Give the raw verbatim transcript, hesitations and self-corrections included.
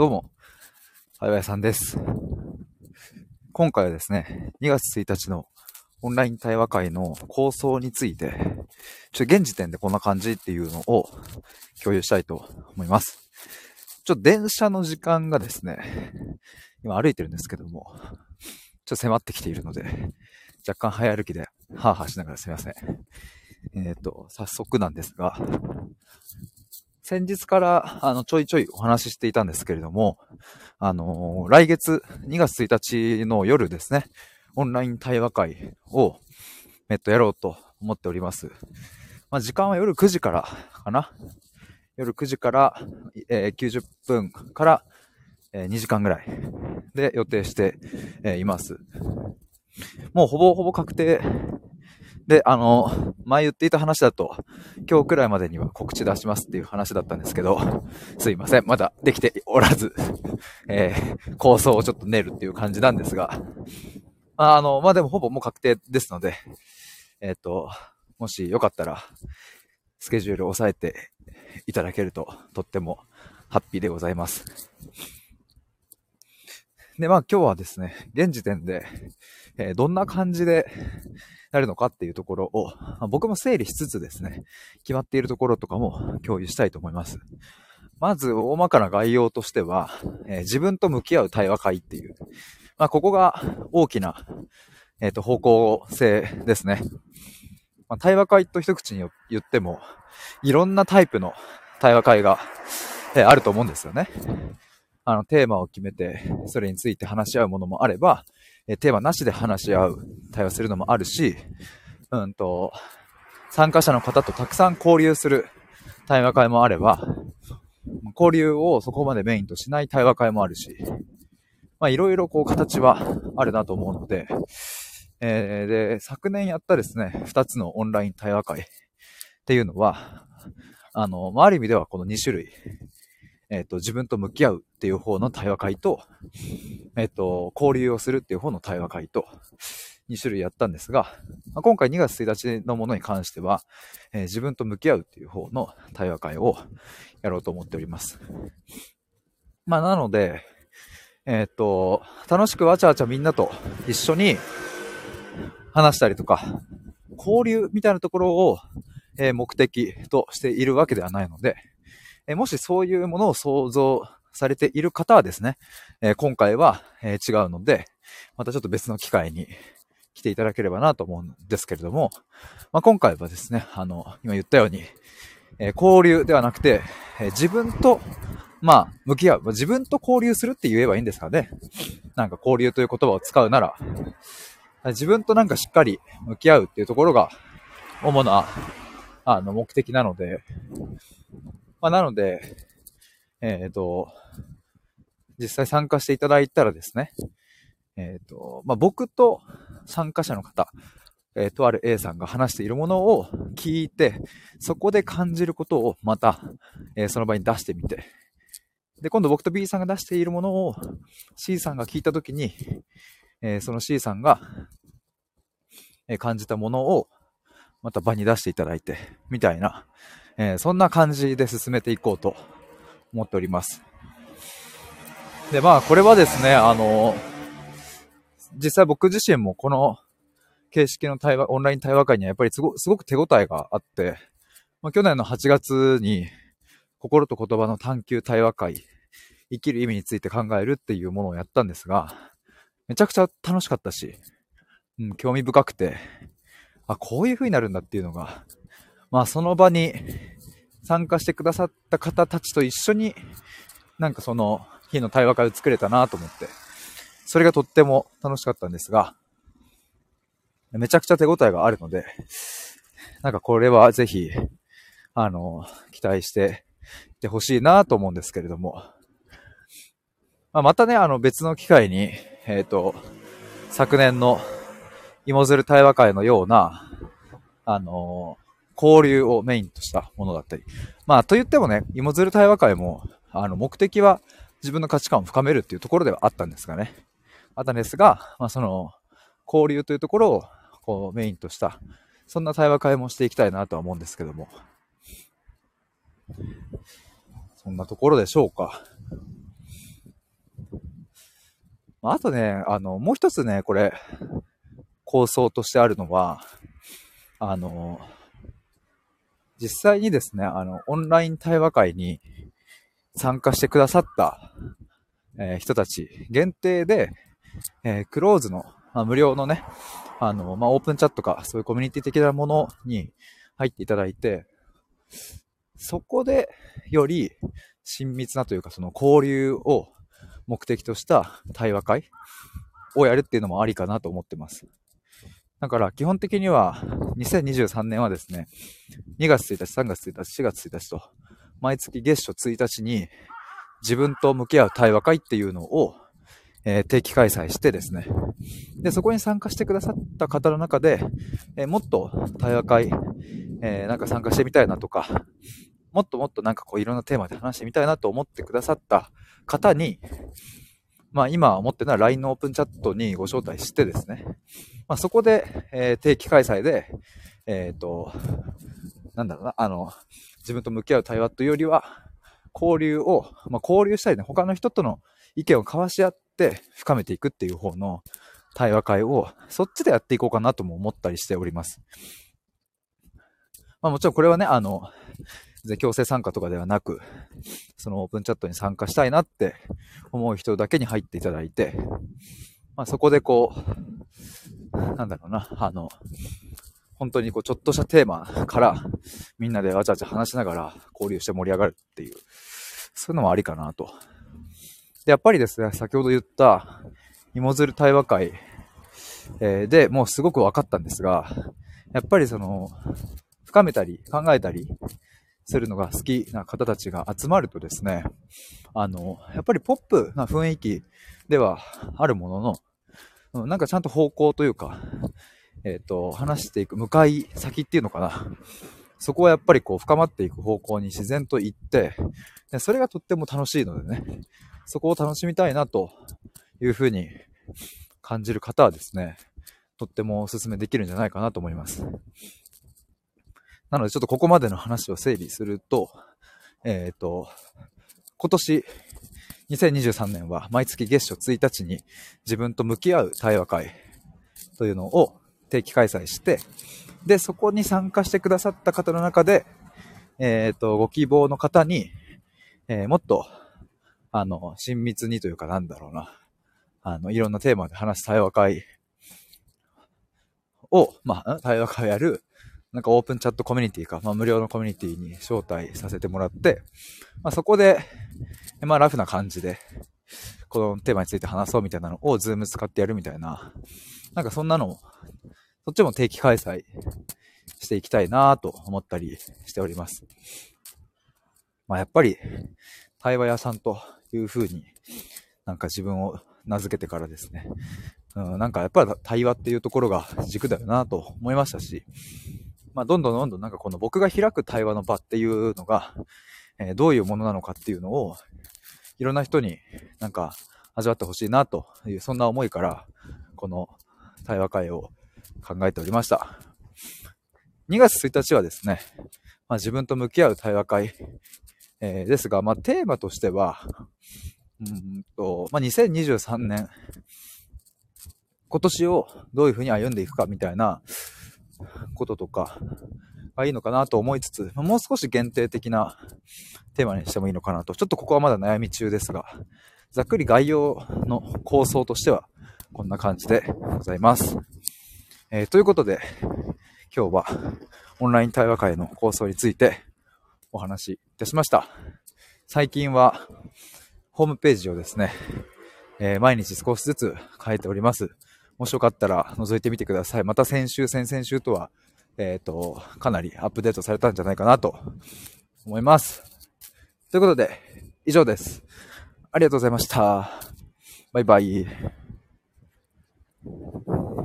どうも、あややさんです。今回はですね、にがつついたちのオンライン対話会の構想について、ちょっと現時点でこんな感じっていうのを共有したいと思います。ちょっと電車の時間がですね、今歩いてるんですけども、ちょっと迫ってきているので、若干早歩きでハーハーしながらすみません。えっと、早速なんですが、先日からあのちょいちょいお話ししていたんですけれども、あのー、来月にがつついたちの夜ですね、オンライン対話会をえっとやろうと思っております。まあ、時間は夜くじからかな。夜くじから、えー、きゅうじゅっぷんから、えー、にじかんぐらいで予定して、えー、います。もうほぼほぼ確定で、あの、前言っていた話だと、今日くらいまでには告知出しますっていう話だったんですけど、すいません、まだできておらず、えー、構想をちょっと練るっていう感じなんですが、あの、まあ、でもほぼもう確定ですので、えっと、もしよかったら、スケジュールを抑えていただけると、とってもハッピーでございます。で、まあ今日はですね、現時点で、えー、どんな感じでなるのかっていうところを、まあ、僕も整理しつつですね、決まっているところとかも共有したいと思います。まず、大まかな概要としては、えー、自分と向き合う対話会っていう、まあここが大きな、えっと、方向性ですね。まあ、対話会と一口に言っても、いろんなタイプの対話会が、えー、あると思うんですよね。あの、テーマを決めて、それについて話し合うものもあれば、えテーマなしで話し合う、対話するのもあるし、うんと、参加者の方とたくさん交流する対話会もあれば、交流をそこまでメインとしない対話会もあるし、まあいろいろこう形はあるなと思うので、えー、で、昨年やったですね、二つのオンライン対話会っていうのは、あの、まあ、ある意味ではこのに種類、えっと、自分と向き合うっていう方の対話会と、えっと、交流をするっていう方の対話会と、に種類やったんですが、まあ、今回にがつついたちのものに関しては、えー、自分と向き合うっていう方の対話会をやろうと思っております。まあ、なので、えっと、楽しくわちゃわちゃみんなと一緒に話したりとか、交流みたいなところを、えー、目的としているわけではないので、えもしそういうものを想像されている方はですね、え今回は、え違うので、またちょっと別の機会に来ていただければなと思うんですけれども、まあ、今回はですね、あの、今言ったように、え交流ではなくて、え自分と、まあ、向き合う。自分と交流するって言えばいいんですかね。なんか交流という言葉を使うなら、自分となんかしっかり向き合うっていうところが、主な、あの、目的なので、まあ、なので、えっと、実際参加していただいたらですね、えっと、まあ、僕と参加者の方、えー、とある A さんが話しているものを聞いて、そこで感じることをまた、えー、その場に出してみて、で、今度僕と B さんが出しているものを C さんが聞いたときに、えー、その C さんが、えー、感じたものをまた場に出していただいて、みたいな、えー、そんな感じで進めていこうと思っております。で、まあ、これはですね、あの、実際僕自身もこの形式の対話、オンライン対話会にはやっぱりすご、すごく手応えがあって、まあ、去年のはちがつに心と言葉の探求対話会、生きる意味について考えるっていうものをやったんですが、めちゃくちゃ楽しかったし、うん、興味深くて、あ、こういう風になるんだっていうのが、まあその場に参加してくださった方たちと一緒に、なんかその日の対話会を作れたなと思って、それがとっても楽しかったんですが、めちゃくちゃ手応えがあるので、なんかこれはぜひ、あの、期待していてほしいなと思うんですけれども、まあ、またね、あの別の機会に、えっと、昨年の芋づる対話会のような、あの交流をメインとしたものだったり、まあと言ってもね、芋づる対話会も、あの目的は自分の価値観を深めるっていうところではあったんですがね、あったんですが、まあその交流というところをこうメインとしたそんな対話会もしていきたいなとは思うんですけども、そんなところでしょうか。 あとね、あの、もう一つね、これ、構想としてあるのは、あの、実際にですね、あの、オンライン対話会に参加してくださった、えー人たち限定で、えークローズの、まあ、無料のね、あの、まあ、オープンチャットか、そういうコミュニティ的なものに入っていただいて、そこでより親密なというか、その交流を目的とした対話会をやるっていうのもありかなと思ってます。だから基本的にはにせんにじゅうさんねんはですね、にがつついたち、さんがつついたち、しがつついたちと、毎月月初ついたちに自分と向き合う対話会っていうのを、えー定期開催してですね、で、そこに参加してくださった方の中で、えーもっと対話会、えーなんか参加してみたいなとか、もっともっとなんかこういろんなテーマで話してみたいなと思ってくださった方に、まあ今思ってるのは ライン のオープンチャットにご招待してですね、まあそこで、えー定期開催で、えっと、なんだろうな、あの、自分と向き合う対話というよりは、交流を、まあ交流したりね、他の人との意見を交わし合って深めていくっていう方の対話会を、そっちでやっていこうかなとも思ったりしております。まあもちろんこれはね、あの、強制参加とかではなく、そのオープンチャットに参加したいなって思う人だけに入っていただいて、まあそこでこう、なんだろうな、あの、本当にこうちょっとしたテーマからみんなでわちゃわちゃ話しながら交流して盛り上がるっていう、そういうのもありかなと。で、やっぱりですね、先ほど言った芋づる対話会、えーでもうすごく分かったんですが、やっぱりその、深めたり考えたりするのが好きな方たちが集まるとですね、あの、やっぱりポップな雰囲気ではあるものの、うんなんかちゃんと方向というか、えっと、話していく向かい先っていうのかな。そこはやっぱりこう深まっていく方向に自然と行って、でそれがとっても楽しいのでね、そこを楽しみたいなというふうに感じる方はですね、とってもお勧めできるんじゃないかなと思います。なのでちょっとここまでの話を整理すると、えっと、今年にせんにじゅうさんねんは毎月月初ついたちに自分と向き合う対話会というのを定期開催して、で、そこに参加してくださった方の中で、えっと、ご希望の方に、えーもっと、あの、親密にというかなんだろうな、あの、いろんなテーマで話す対話会を、まあ、対話会をやる、なんかオープンチャットコミュニティか、まあ無料のコミュニティに招待させてもらって、まあそこで、まあラフな感じで、このテーマについて話そうみたいなのをズーム使ってやるみたいな、なんかそんなのも、そっちも定期開催していきたいなと思ったりしております。まあやっぱり、対話屋さんという風になんか自分を名付けてからですね、うん、なんかやっぱり対話っていうところが軸だよなと思いましたし、まあどんどんどんどんなんかこの僕が開く対話の場っていうのが、えーどういうものなのかっていうのをいろんな人になんか味わってほしいなというそんな思いからこの対話会を考えておりました。にがつついたちはですね、まあ、自分と向き合う対話会、えーですが、まあ、テーマとしてはうーんと、まあ、にせんにじゅうさんねん今年をどういうふうに歩んでいくかみたいなこととかがいいのかなと思いつつ、もう少し限定的なテーマにしてもいいのかなと、ちょっとここはまだ悩み中ですが、ざっくり概要の構想としてはこんな感じでございます。えー、ということで今日はオンライン対話会の構想についてお話しいたしました。最近はホームページをですね、えー毎日少しずつ変えております。もしよかったら覗いてみてください。また先週、先々週とは、えっと、かなりアップデートされたんじゃないかなと思います。ということで、以上です。ありがとうございました。バイバイ。